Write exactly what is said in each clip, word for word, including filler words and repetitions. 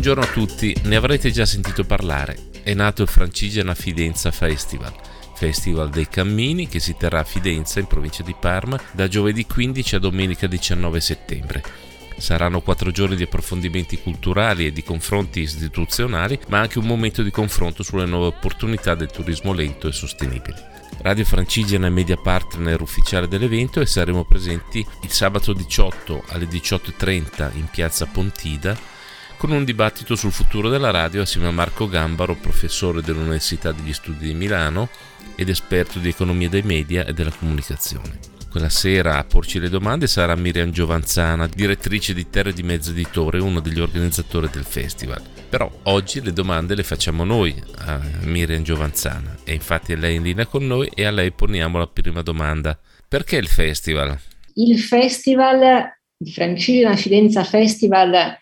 Buongiorno a tutti, ne avrete già sentito parlare. È nato il Francigena Fidenza Festival, Festival dei Cammini, che si terrà a Fidenza, in provincia di Parma, da giovedì quindici a domenica diciannove settembre. Saranno quattro giorni di approfondimenti culturali e di confronti istituzionali, ma anche un momento di confronto sulle nuove opportunità del turismo lento e sostenibile. Radio Francigena è media partner ufficiale dell'evento e saremo presenti il sabato diciotto alle diciotto e trenta in piazza Pontida con un dibattito sul futuro della radio assieme a Marco Gambaro, professore dell'Università degli Studi di Milano ed esperto di economia dei media e della comunicazione. Quella sera a porci le domande sarà Miriam Giovanzana, direttrice di Terre di Mezzo Editore, uno degli organizzatori del festival. Però oggi le domande le facciamo noi a Miriam Giovanzana e infatti è lei in linea con noi e a lei poniamo la prima domanda. Perché il festival? Il festival, il Francigena Fidenza Festival,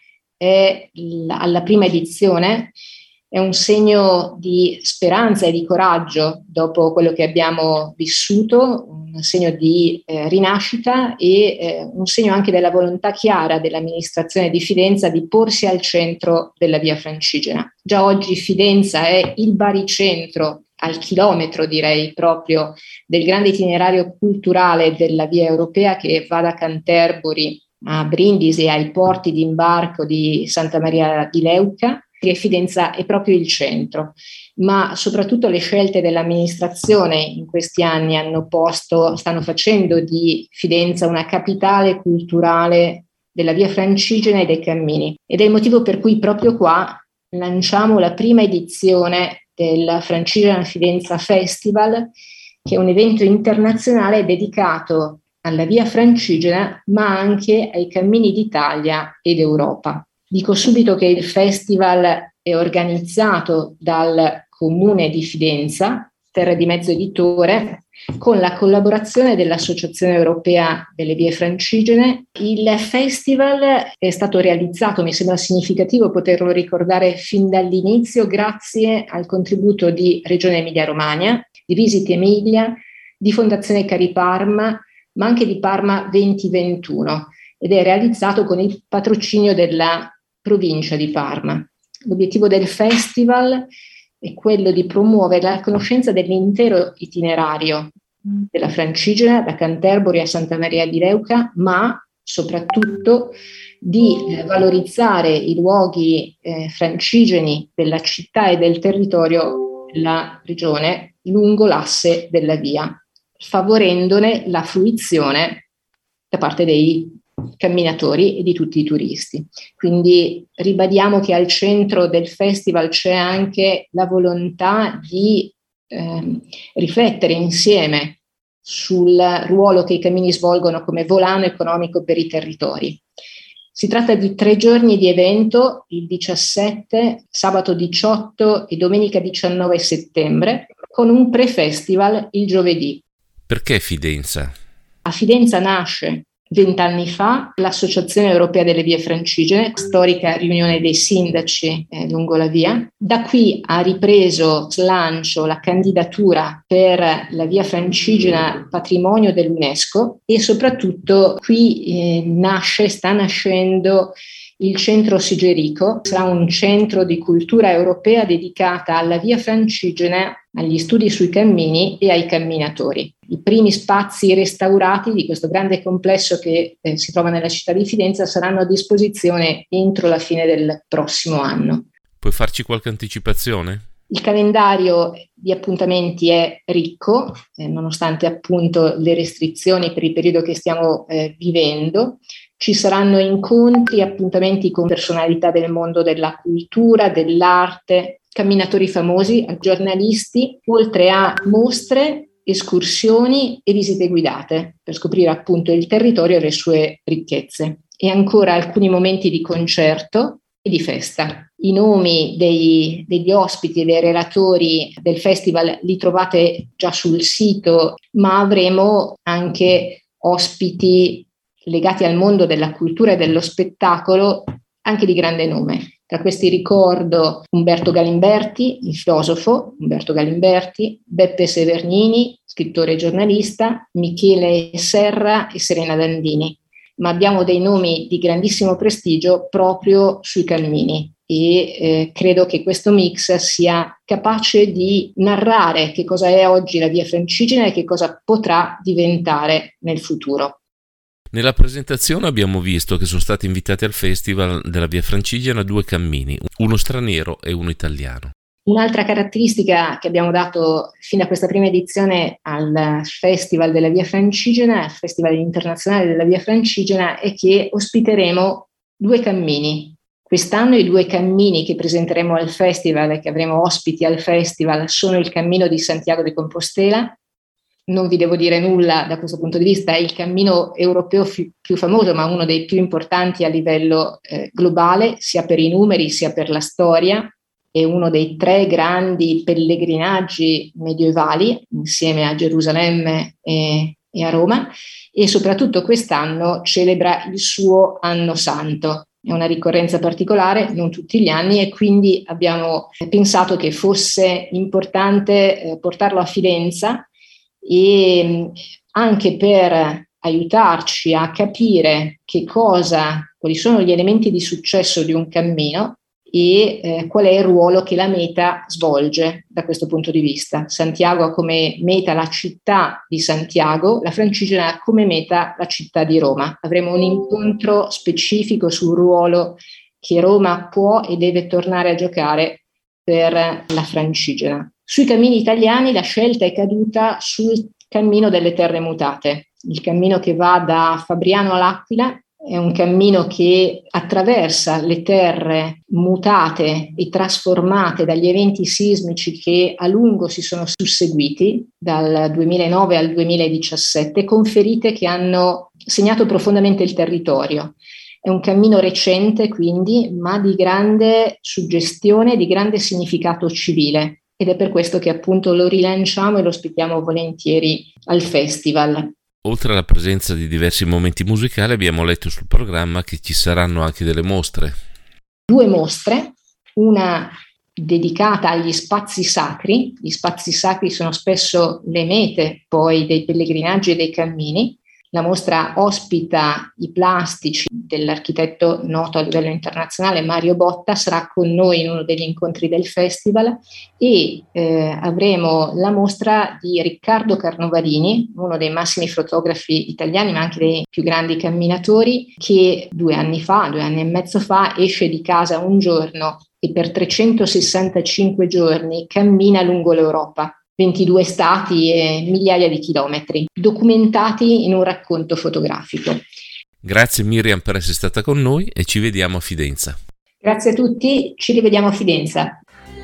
è alla prima edizione, è un segno di speranza e di coraggio dopo quello che abbiamo vissuto, un segno di eh, rinascita e eh, un segno anche della volontà chiara dell'amministrazione di Fidenza di porsi al centro della via Francigena. Già oggi Fidenza è il baricentro, al chilometro direi proprio, del grande itinerario culturale della via europea che va da Canterbury a Brindisi, ai porti di imbarco di Santa Maria di Leuca, che Fidenza è proprio il centro, ma soprattutto le scelte dell'amministrazione in questi anni hanno posto, stanno facendo di Fidenza una capitale culturale della via Francigena e dei cammini, ed è il motivo per cui proprio qua lanciamo la prima edizione del Francigena Fidenza Festival, che è un evento internazionale dedicato alla via Francigena, ma anche ai cammini d'Italia ed Europa. Dico subito che il festival è organizzato dal Comune di Fidenza, Terre di Mezzo Editore, con la collaborazione dell'Associazione Europea delle Vie Francigene. Il festival è stato realizzato, mi sembra significativo poterlo ricordare fin dall'inizio, grazie al contributo di Regione Emilia-Romagna, di Visit Emilia, di Fondazione Cari Parma, ma anche di Parma duemilaventuno, ed è realizzato con il patrocinio della provincia di Parma. L'obiettivo del festival è quello di promuovere la conoscenza dell'intero itinerario della Francigena, da Canterbury a Santa Maria di Leuca, ma soprattutto di eh, valorizzare i luoghi eh, francigeni della città e del territorio della regione lungo l'asse della via, favorendone la fruizione da parte dei camminatori e di tutti i turisti. Quindi ribadiamo che al centro del festival c'è anche la volontà di eh, riflettere insieme sul ruolo che i cammini svolgono come volano economico per i territori. Si tratta di tre giorni di evento, il diciassette, sabato diciotto e domenica diciannove settembre, con un pre-festival il giovedì. Perché Fidenza? A Fidenza nasce vent'anni fa l'Associazione Europea delle Vie Francigene, storica riunione dei sindaci eh, lungo la via. Da qui ha ripreso slancio la candidatura per la via Francigena patrimonio dell'UNESCO e soprattutto qui eh, nasce, sta nascendo il centro Sigerico. Sarà un centro di cultura europea dedicata alla via Francigena, agli studi sui cammini e ai camminatori. I primi spazi restaurati di questo grande complesso che eh, si trova nella città di Fidenza saranno a disposizione entro la fine del prossimo anno. Puoi farci qualche anticipazione? Il calendario di appuntamenti è ricco, eh, nonostante appunto le restrizioni per il periodo che stiamo eh, vivendo. Ci saranno incontri, appuntamenti con personalità del mondo della cultura, dell'arte, camminatori famosi, giornalisti, oltre a mostre, escursioni e visite guidate per scoprire appunto il territorio e le sue ricchezze. E ancora alcuni momenti di concerto e di festa. I nomi dei, degli ospiti e dei relatori del festival li trovate già sul sito, ma avremo anche ospiti legati al mondo della cultura e dello spettacolo, anche di grande nome. Tra questi ricordo Umberto Galimberti, il filosofo Umberto Galimberti, Beppe Severnini, scrittore e giornalista, Michele Serra e Serena Dandini. Ma abbiamo dei nomi di grandissimo prestigio proprio sui cammini. e eh, credo che questo mix sia capace di narrare che cosa è oggi la Via Francigena e che cosa potrà diventare nel futuro. Nella presentazione abbiamo visto che sono stati invitati al Festival della Via Francigena due cammini, uno straniero e uno italiano. Un'altra caratteristica che abbiamo dato fino a questa prima edizione al Festival della Via Francigena, al Festival internazionale della Via Francigena, è che ospiteremo due cammini. Quest'anno i due cammini che presenteremo al Festival e che avremo ospiti al Festival sono il Cammino di Santiago de Compostela. Non vi devo dire nulla da questo punto di vista, è il cammino europeo fi- più famoso, ma uno dei più importanti a livello eh, globale, sia per i numeri sia per la storia. È uno dei tre grandi pellegrinaggi medievali, insieme a Gerusalemme e, e a Roma, e soprattutto quest'anno celebra il suo anno santo. È una ricorrenza particolare, non tutti gli anni, e quindi abbiamo pensato che fosse importante eh, portarlo a Fidenza, e anche per aiutarci a capire che cosa, quali sono gli elementi di successo di un cammino e eh, qual è il ruolo che la meta svolge da questo punto di vista. Santiago ha come meta la città di Santiago, la Francigena ha come meta la città di Roma. Avremo un incontro specifico sul ruolo che Roma può e deve tornare a giocare per la Francigena. Sui cammini italiani la scelta è caduta sul cammino delle terre mutate, il cammino che va da Fabriano all'Aquila. È un cammino che attraversa le terre mutate e trasformate dagli eventi sismici che a lungo si sono susseguiti dal duemilanove al duemiladiciassette, con ferite che hanno segnato profondamente il territorio. È un cammino recente, quindi, ma di grande suggestione, di grande significato civile, ed è per questo che appunto lo rilanciamo e lo ospitiamo volentieri al festival. Oltre alla presenza di diversi momenti musicali, abbiamo letto sul programma che ci saranno anche delle mostre. Due mostre, una dedicata agli spazi sacri. Gli spazi sacri sono spesso le mete poi dei pellegrinaggi e dei cammini. La mostra ospita i plastici dell'architetto noto a livello internazionale Mario Botta, sarà con noi in uno degli incontri del festival, e eh, avremo la mostra di Riccardo Carnovalini, uno dei massimi fotografi italiani ma anche dei più grandi camminatori, che due anni fa, due anni e mezzo fa, esce di casa un giorno e per trecentosessantacinque giorni cammina lungo l'Europa. ventidue stati e migliaia di chilometri, documentati in un racconto fotografico. Grazie Miriam per essere stata con noi e ci vediamo a Fidenza. Grazie a tutti, ci rivediamo a Fidenza.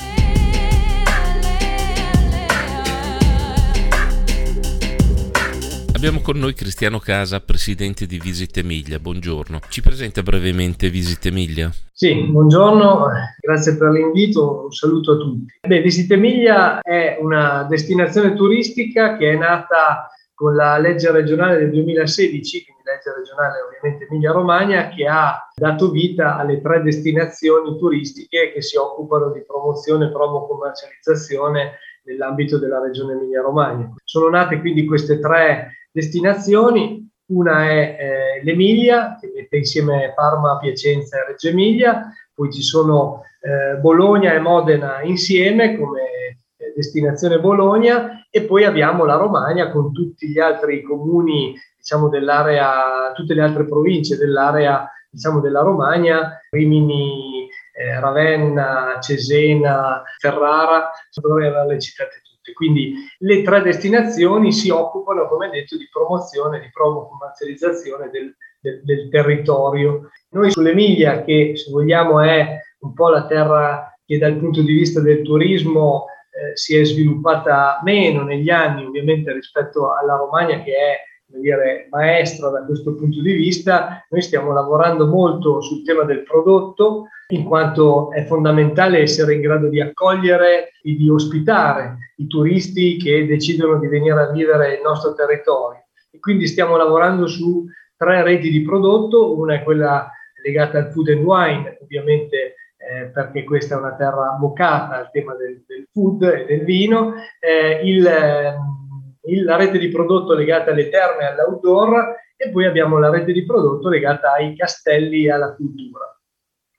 Abbiamo con noi Cristiano Casa, presidente di Visit Emilia. Buongiorno. Ci presenta brevemente Visit Emilia? Sì, buongiorno, grazie per l'invito, un saluto a tutti. Beh, Visit Emilia è una destinazione turistica che è nata con la legge regionale del duemilasedici, quindi legge regionale ovviamente Emilia-Romagna, che ha dato vita alle tre destinazioni turistiche che si occupano di promozione, promo, commercializzazione nell'ambito della regione Emilia-Romagna. Sono nate quindi queste tre destinazioni. Una è eh, l'Emilia, che mette insieme Parma, Piacenza e Reggio Emilia, poi ci sono eh, Bologna e Modena insieme come eh, destinazione Bologna, e poi abbiamo la Romagna con tutti gli altri comuni, diciamo, dell'area, tutte le altre province dell'area, diciamo, della Romagna, Rimini, eh, Ravenna, Cesena, Ferrara, dovrei averle citate tutte. Quindi le tre destinazioni si occupano, come detto, di promozione, di promo commercializzazione del, del, del territorio. Noi sull'Emilia, che se vogliamo è un po' la terra che dal punto di vista del turismo eh, si è sviluppata meno negli anni, ovviamente rispetto alla Romagna, che è, come dire, maestra da questo punto di vista, noi stiamo lavorando molto sul tema del prodotto, in quanto è fondamentale essere in grado di accogliere e di ospitare i turisti che decidono di venire a vivere il nostro territorio. E quindi stiamo lavorando su tre reti di prodotto. Una è quella legata al food and wine, ovviamente eh, perché questa è una terra vocata al tema del, del food e del vino, eh, il, il, la rete di prodotto legata alle terme e all'outdoor, e poi abbiamo la rete di prodotto legata ai castelli e alla cultura.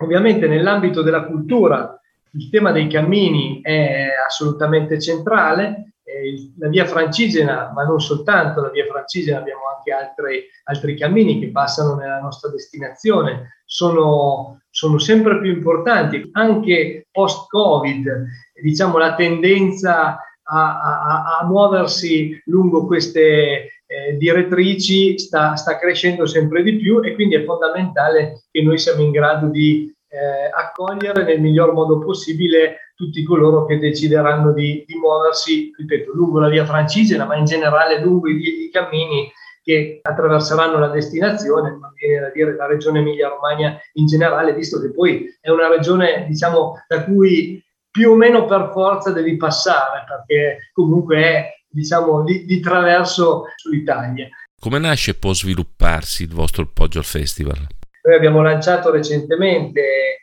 Ovviamente nell'ambito della cultura il tema dei cammini è assolutamente centrale. Eh, la via Francigena, ma non soltanto la via Francigena, abbiamo anche altri, altri cammini che passano nella nostra destinazione, sono, sono sempre più importanti. Anche post-Covid, diciamo, la tendenza a, a, a muoversi lungo queste eh, direttrici sta, sta crescendo sempre di più, e quindi è fondamentale che noi siamo in grado di eh, accogliere nel miglior modo possibile tutti coloro che decideranno di, di muoversi, ripeto, lungo la via Francigena, ma in generale lungo i, i cammini che attraverseranno la destinazione, ma viene da dire la regione Emilia-Romagna in generale, visto che poi è una regione, diciamo, da cui più o meno per forza devi passare, perché comunque è, diciamo, di, di traverso sull'Italia. Come nasce e può svilupparsi il vostro Poggio al Festival? Noi abbiamo lanciato recentemente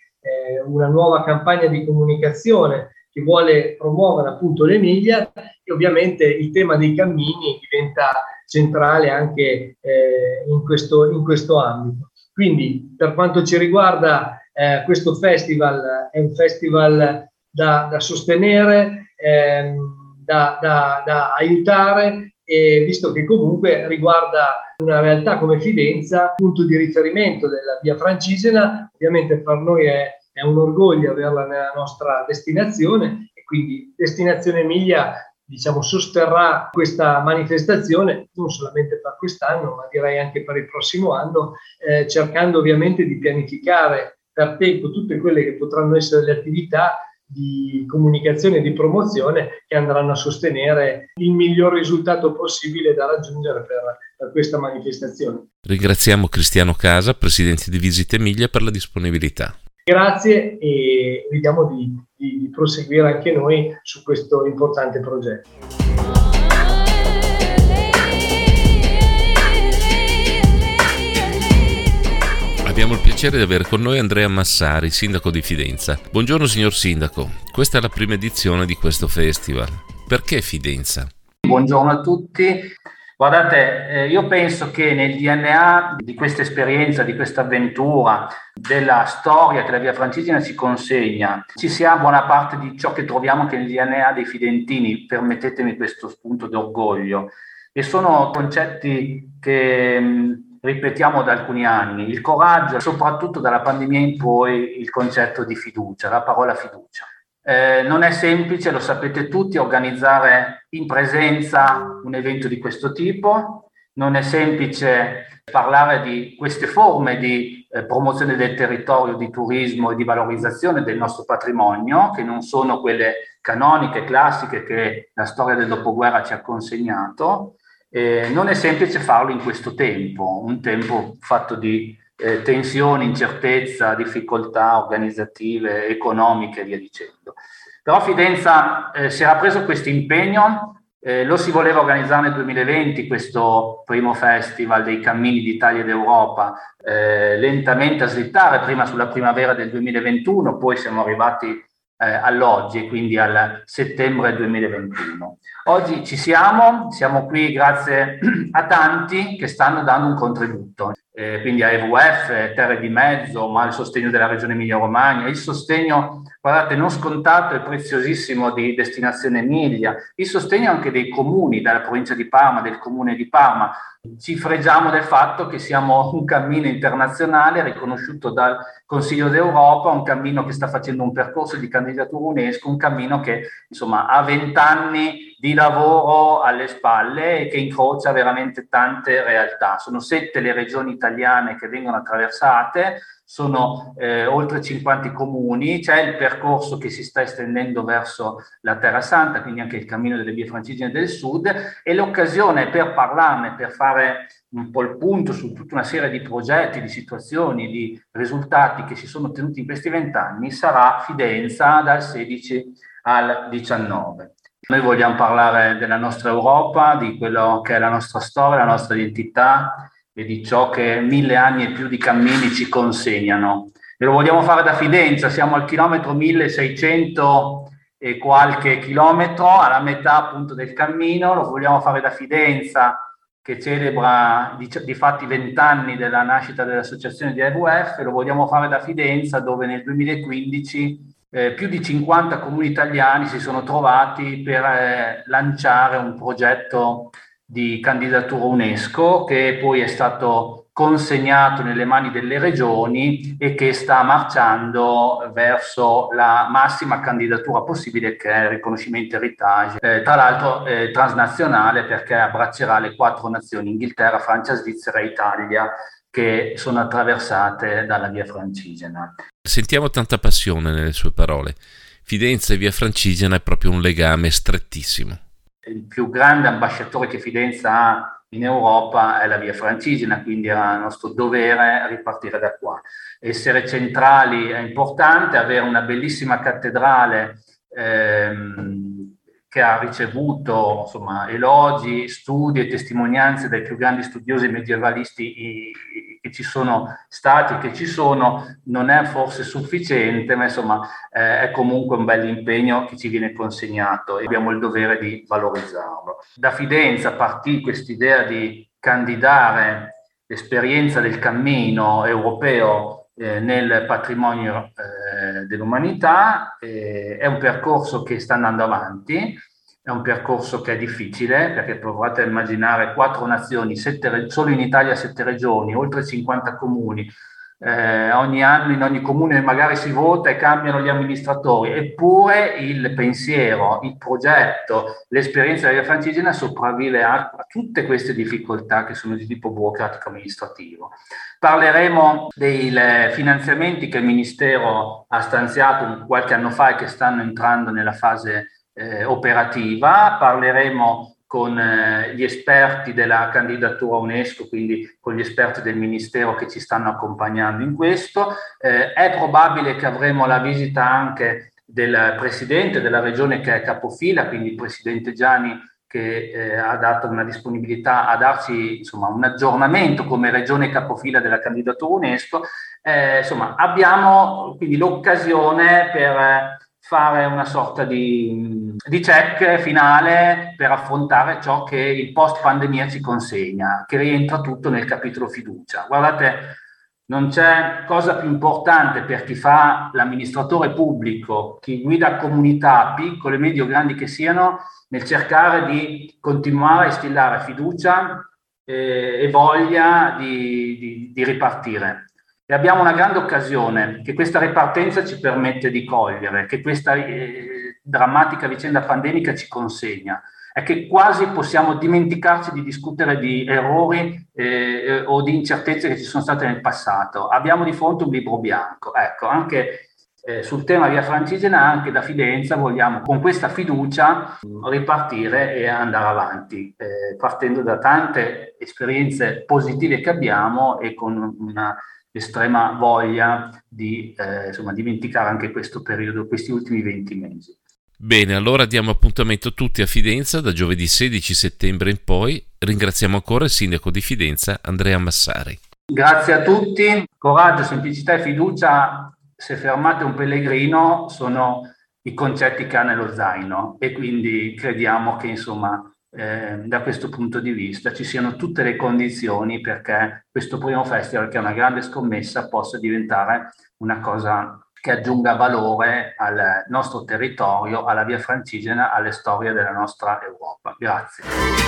eh, una nuova campagna di comunicazione che vuole promuovere appunto l'Emilia, e ovviamente il tema dei cammini diventa centrale anche eh, in, questo, in questo ambito. Quindi per quanto ci riguarda eh, questo festival è un festival da, da sostenere, ehm, da, da, da aiutare, e visto che comunque riguarda una realtà come Fidenza, punto di riferimento della via Francigena, ovviamente per noi è, è un orgoglio averla nella nostra destinazione, e quindi Destinazione Emilia, diciamo, sosterrà questa manifestazione non solamente per quest'anno, ma direi anche per il prossimo anno, eh, cercando ovviamente di pianificare per tempo tutte quelle che potranno essere le attività di comunicazione e di promozione che andranno a sostenere il miglior risultato possibile da raggiungere per, per questa manifestazione. Ringraziamo Cristiano Casa, presidente di Visit Emilia, per la disponibilità. Grazie, e vediamo di, di, di proseguire anche noi su questo importante progetto. Abbiamo il piacere di avere con noi Andrea Massari, sindaco di Fidenza. Buongiorno signor sindaco, questa è la prima edizione di questo festival. Perché Fidenza? Buongiorno a tutti. Guardate, eh, io penso che nel D N A di questa esperienza, di questa avventura, della storia che la via Francigena ci consegna, ci sia buona parte di ciò che troviamo anche nel D N A dei fidentini, permettetemi questo spunto d'orgoglio. E sono concetti che mh, ripetiamo da alcuni anni: il coraggio, e soprattutto dalla pandemia in poi il concetto di fiducia, la parola fiducia. Eh, non è semplice, lo sapete tutti, organizzare in presenza un evento di questo tipo, non è semplice parlare di queste forme di eh, promozione del territorio, di turismo e di valorizzazione del nostro patrimonio, che non sono quelle canoniche, classiche che la storia del dopoguerra ci ha consegnato. Eh, non è semplice farlo in questo tempo, un tempo fatto di eh, tensioni, incertezza, difficoltà organizzative, economiche e via dicendo. Però Fidenza eh, si era preso questo impegno, eh, lo si voleva organizzare nel duemilaventi, questo primo festival dei cammini d'Italia ed Europa, eh, lentamente a slittare, prima sulla primavera del duemilaventuno, poi siamo arrivati Eh, all'oggi, quindi al settembre duemilaventuno. Oggi ci siamo, siamo qui grazie a tanti che stanno dando un contributo, eh, quindi a E V F, Terre di Mezzo, ma il sostegno della Regione Emilia-Romagna, il sostegno, guardate, non scontato e preziosissimo di Destinazione Emilia, il sostegno anche dei comuni, dalla provincia di Parma, del comune di Parma. Ci fregiamo del fatto che siamo un cammino internazionale riconosciuto dal Consiglio d'Europa, un cammino che sta facendo un percorso di candidatura UNESCO, un cammino che insomma ha vent'anni di lavoro alle spalle e che incrocia veramente tante realtà. Sono sette le regioni italiane che vengono attraversate, sono eh, oltre cinquanta comuni, c'è il percorso che si sta estendendo verso la Terra Santa, quindi anche il cammino delle vie Francigene del Sud, e l'occasione per parlarne, per fare un po' il punto su tutta una serie di progetti, di situazioni, di risultati che si sono ottenuti in questi vent'anni sarà Fidenza dal sedici al diciannove. Noi vogliamo parlare della nostra Europa, di quello che è la nostra storia, la nostra identità e di ciò che mille anni e più di cammini ci consegnano. E lo vogliamo fare da Fidenza, siamo al chilometro milleseicento e qualche chilometro, alla metà appunto del cammino, lo vogliamo fare da Fidenza, che celebra di, di fatti vent'anni della nascita dell'associazione di A W F, lo vogliamo fare da Fidenza, dove nel duemilaquindici eh, più di cinquanta comuni italiani si sono trovati per eh, lanciare un progetto di candidatura UNESCO che poi è stato consegnato nelle mani delle regioni e che sta marciando verso la massima candidatura possibile, che è il riconoscimento Heritage, eh, tra l'altro eh, transnazionale, perché abbraccerà le quattro nazioni, Inghilterra, Francia, Svizzera e Italia, che sono attraversate dalla Via Francigena. Sentiamo tanta passione nelle sue parole. Fidenza e Via Francigena è proprio un legame strettissimo. Il più grande ambasciatore che Fidenza ha in Europa è la Via Francigena, quindi è nostro dovere ripartire da qua. Essere centrali è importante, avere una bellissima cattedrale ehm, che ha ricevuto insomma, elogi, studi e testimonianze dai più grandi studiosi medievalisti che ci sono stati, che ci sono, non è forse sufficiente, ma insomma eh, è comunque un bel impegno che ci viene consegnato e abbiamo il dovere di valorizzarlo. Da Fidenza partì quest'idea di candidare l'esperienza del cammino europeo eh, nel patrimonio eh, dell'umanità. Eh, è un percorso che sta andando avanti. È un percorso che è difficile, perché provate a immaginare quattro nazioni, sette, solo in Italia sette regioni, oltre cinquanta comuni, eh, ogni anno in ogni comune magari si vota e cambiano gli amministratori, eppure il pensiero, il progetto, l'esperienza della Via Francigena sopravvive a, a tutte queste difficoltà che sono di tipo burocratico amministrativo. Parleremo dei finanziamenti che il Ministero ha stanziato qualche anno fa e che stanno entrando nella fase Eh, operativa, parleremo con eh, gli esperti della candidatura UNESCO, quindi con gli esperti del Ministero che ci stanno accompagnando in questo. Eh, è probabile che avremo la visita anche del Presidente della Regione che è capofila, quindi il Presidente Gianni, che eh, ha dato una disponibilità a darci insomma, un aggiornamento come Regione capofila della candidatura UNESCO. Eh, insomma, abbiamo quindi l'occasione per fare una sorta di, di check finale per affrontare ciò che il post pandemia ci consegna, che rientra tutto nel capitolo fiducia. Guardate, non c'è cosa più importante per chi fa l'amministratore pubblico, chi guida comunità, piccole, medie o grandi che siano, nel cercare di continuare a instillare fiducia eh, e voglia di, di, di ripartire. E abbiamo una grande occasione che questa ripartenza ci permette di cogliere, che questa eh, drammatica vicenda pandemica ci consegna, è che quasi possiamo dimenticarci di discutere di errori eh, o di incertezze che ci sono state nel passato. Abbiamo di fronte un libro bianco. Ecco, anche eh, sul tema Via Francigena, anche da Fidenza, vogliamo con questa fiducia ripartire e andare avanti, eh, partendo da tante esperienze positive che abbiamo e con una estrema voglia di eh, insomma, dimenticare anche questo periodo, questi ultimi venti mesi. Bene, allora diamo appuntamento tutti a Fidenza da giovedì sedici settembre in poi. Ringraziamo ancora il sindaco di Fidenza, Andrea Massari. Grazie a tutti. Coraggio, semplicità e fiducia, se fermate un pellegrino, sono i concetti che ha nello zaino, e quindi crediamo che insomma Eh, da questo punto di vista ci siano tutte le condizioni perché questo primo festival, che è una grande scommessa, possa diventare una cosa che aggiunga valore al nostro territorio, alla Via Francigena, alle storie della nostra Europa. Grazie.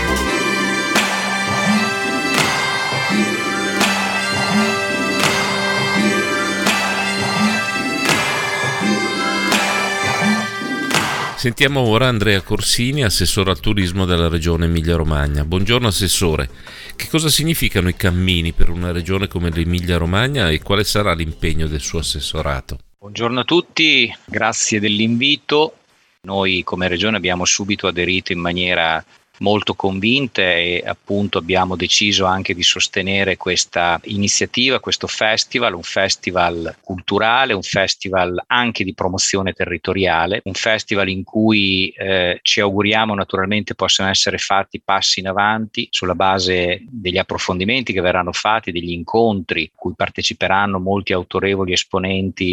Sentiamo ora Andrea Corsini, assessore al turismo della regione Emilia-Romagna. Buongiorno assessore, che cosa significano i cammini per una regione come l'Emilia-Romagna e quale sarà l'impegno del suo assessorato? Buongiorno a tutti, grazie dell'invito. Noi come regione abbiamo subito aderito in maniera molto convinte e appunto abbiamo deciso anche di sostenere questa iniziativa, questo festival, un festival culturale, un festival anche di promozione territoriale, un festival in cui eh, ci auguriamo naturalmente possano essere fatti passi in avanti sulla base degli approfondimenti che verranno fatti, degli incontri a cui parteciperanno molti autorevoli esponenti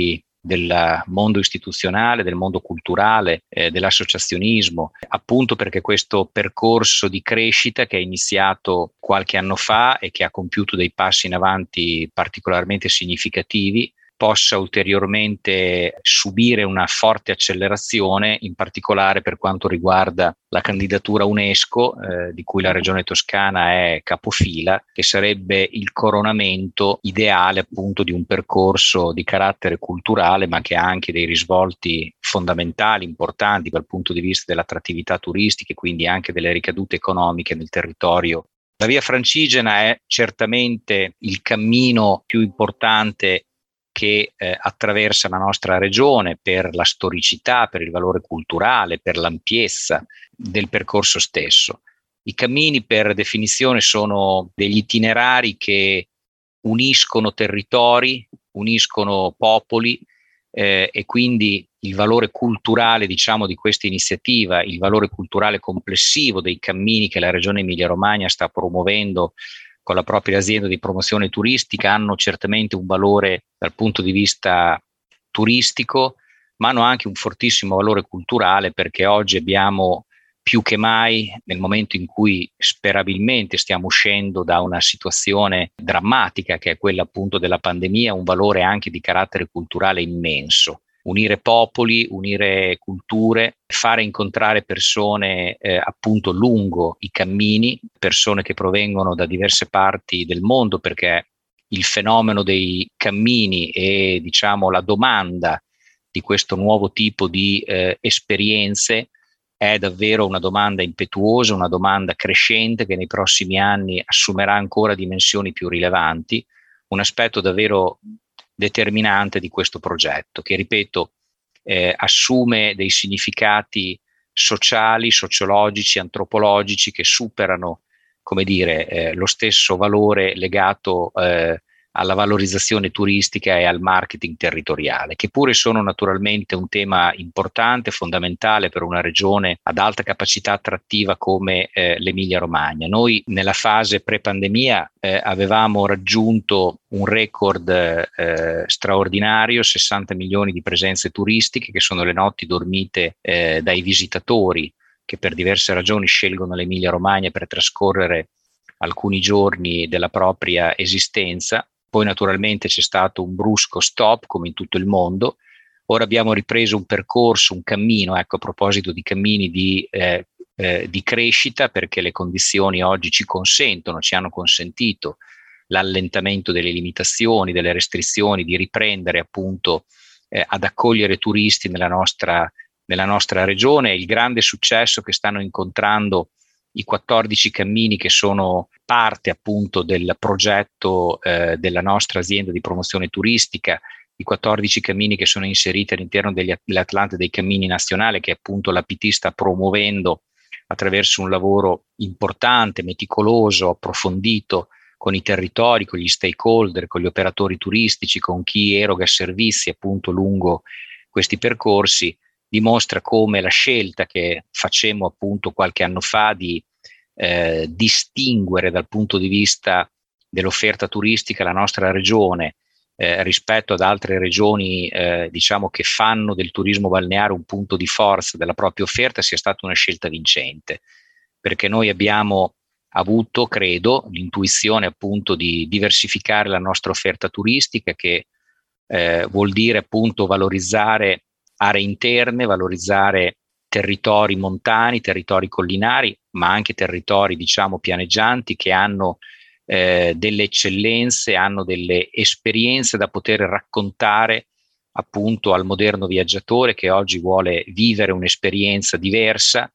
del mondo istituzionale, del mondo culturale, eh, dell'associazionismo, appunto perché questo percorso di crescita che è iniziato qualche anno fa e che ha compiuto dei passi in avanti particolarmente significativi possa ulteriormente subire una forte accelerazione, in particolare per quanto riguarda la candidatura UNESCO, eh, di cui la Regione Toscana è capofila, che sarebbe il coronamento ideale appunto di un percorso di carattere culturale, ma che ha anche dei risvolti fondamentali, importanti dal punto di vista dell'attrattività turistica e quindi anche delle ricadute economiche nel territorio. La Via Francigena è certamente il cammino più importante che eh, attraversa la nostra regione per la storicità, per il valore culturale, per l'ampiezza del percorso stesso. I cammini per definizione sono degli itinerari che uniscono territori, uniscono popoli eh, e quindi il valore culturale, diciamo, di questa iniziativa, il valore culturale complessivo dei cammini che la Regione Emilia-Romagna sta promuovendo con la propria azienda di promozione turistica hanno certamente un valore dal punto di vista turistico, ma hanno anche un fortissimo valore culturale, perché oggi abbiamo più che mai, nel momento in cui sperabilmente stiamo uscendo da una situazione drammatica che è quella appunto della pandemia, un valore anche di carattere culturale immenso. Unire popoli, unire culture, fare incontrare persone eh, appunto lungo i cammini, persone che provengono da diverse parti del mondo, perché il fenomeno dei cammini e diciamo la domanda di questo nuovo tipo di eh, esperienze è davvero una domanda impetuosa, una domanda crescente che nei prossimi anni assumerà ancora dimensioni più rilevanti, un aspetto davvero determinante di questo progetto che, ripeto, eh, assume dei significati sociali, sociologici, antropologici che superano, come dire, eh, lo stesso valore legato eh, alla valorizzazione turistica e al marketing territoriale, che pure sono naturalmente un tema importante, fondamentale per una regione ad alta capacità attrattiva come eh, l'Emilia-Romagna. Noi nella fase pre-pandemia eh, avevamo raggiunto un record eh, straordinario, sessanta milioni di presenze turistiche, che sono le notti dormite eh, dai visitatori che per diverse ragioni scelgono l'Emilia-Romagna per trascorrere alcuni giorni della propria esistenza. Poi naturalmente c'è stato un brusco stop come in tutto il mondo. Ora abbiamo ripreso un percorso, un cammino, ecco, a proposito di cammini di, eh, eh, di crescita, perché le condizioni oggi ci consentono, ci hanno consentito l'allentamento delle limitazioni, delle restrizioni, di riprendere appunto eh, ad accogliere turisti nella nostra, nella nostra regione. Il grande successo che stanno incontrando i quattordici cammini che sono parte appunto del progetto eh, della nostra azienda di promozione turistica, i quattordici cammini che sono inseriti all'interno degli, dell'Atlante dei Cammini Nazionale, che appunto l'A P T sta promuovendo attraverso un lavoro importante, meticoloso, approfondito con i territori, con gli stakeholder, con gli operatori turistici, con chi eroga servizi appunto lungo questi percorsi, dimostra come la scelta che facemmo appunto qualche anno fa di eh, distinguere dal punto di vista dell'offerta turistica la nostra regione eh, rispetto ad altre regioni eh, diciamo che fanno del turismo balneare un punto di forza della propria offerta sia stata una scelta vincente, perché noi abbiamo avuto, credo, l'intuizione appunto di diversificare la nostra offerta turistica, che eh, vuol dire appunto valorizzare aree interne, valorizzare territori montani, territori collinari, ma anche territori diciamo pianeggianti che hanno eh, delle eccellenze, hanno delle esperienze da poter raccontare appunto al moderno viaggiatore che oggi vuole vivere un'esperienza diversa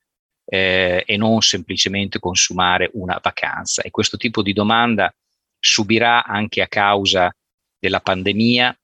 eh, e non semplicemente consumare una vacanza. E questo tipo di domanda subirà anche a causa della pandemia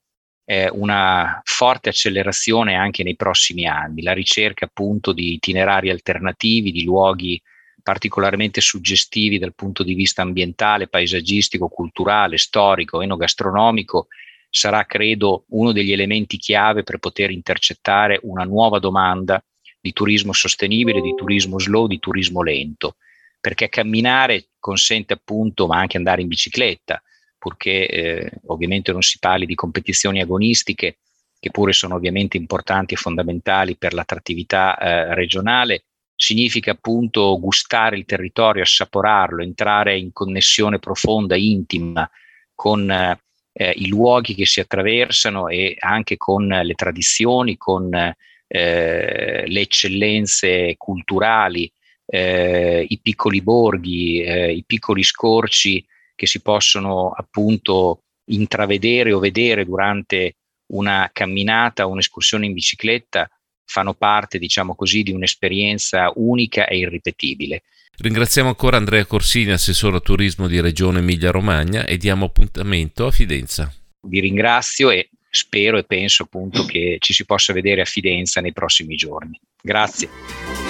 una forte accelerazione anche nei prossimi anni. La ricerca appunto di itinerari alternativi, di luoghi particolarmente suggestivi dal punto di vista ambientale, paesaggistico, culturale, storico, enogastronomico sarà, credo, uno degli elementi chiave per poter intercettare una nuova domanda di turismo sostenibile, di turismo slow, di turismo lento, perché camminare consente appunto, ma anche andare in bicicletta, purché eh, ovviamente non si parli di competizioni agonistiche, che pure sono ovviamente importanti e fondamentali per l'attrattività eh, regionale. Significa appunto gustare il territorio, assaporarlo, entrare in connessione profonda, intima con eh, i luoghi che si attraversano e anche con le tradizioni, con eh, le eccellenze culturali, eh, i piccoli borghi, eh, i piccoli scorci che si possono appunto intravedere o vedere durante una camminata o un'escursione in bicicletta, fanno parte, diciamo così, di un'esperienza unica e irripetibile. Ringraziamo ancora Andrea Corsini, assessore al turismo di Regione Emilia-Romagna, e diamo appuntamento a Fidenza. Vi ringrazio e spero e penso appunto che ci si possa vedere a Fidenza nei prossimi giorni. Grazie.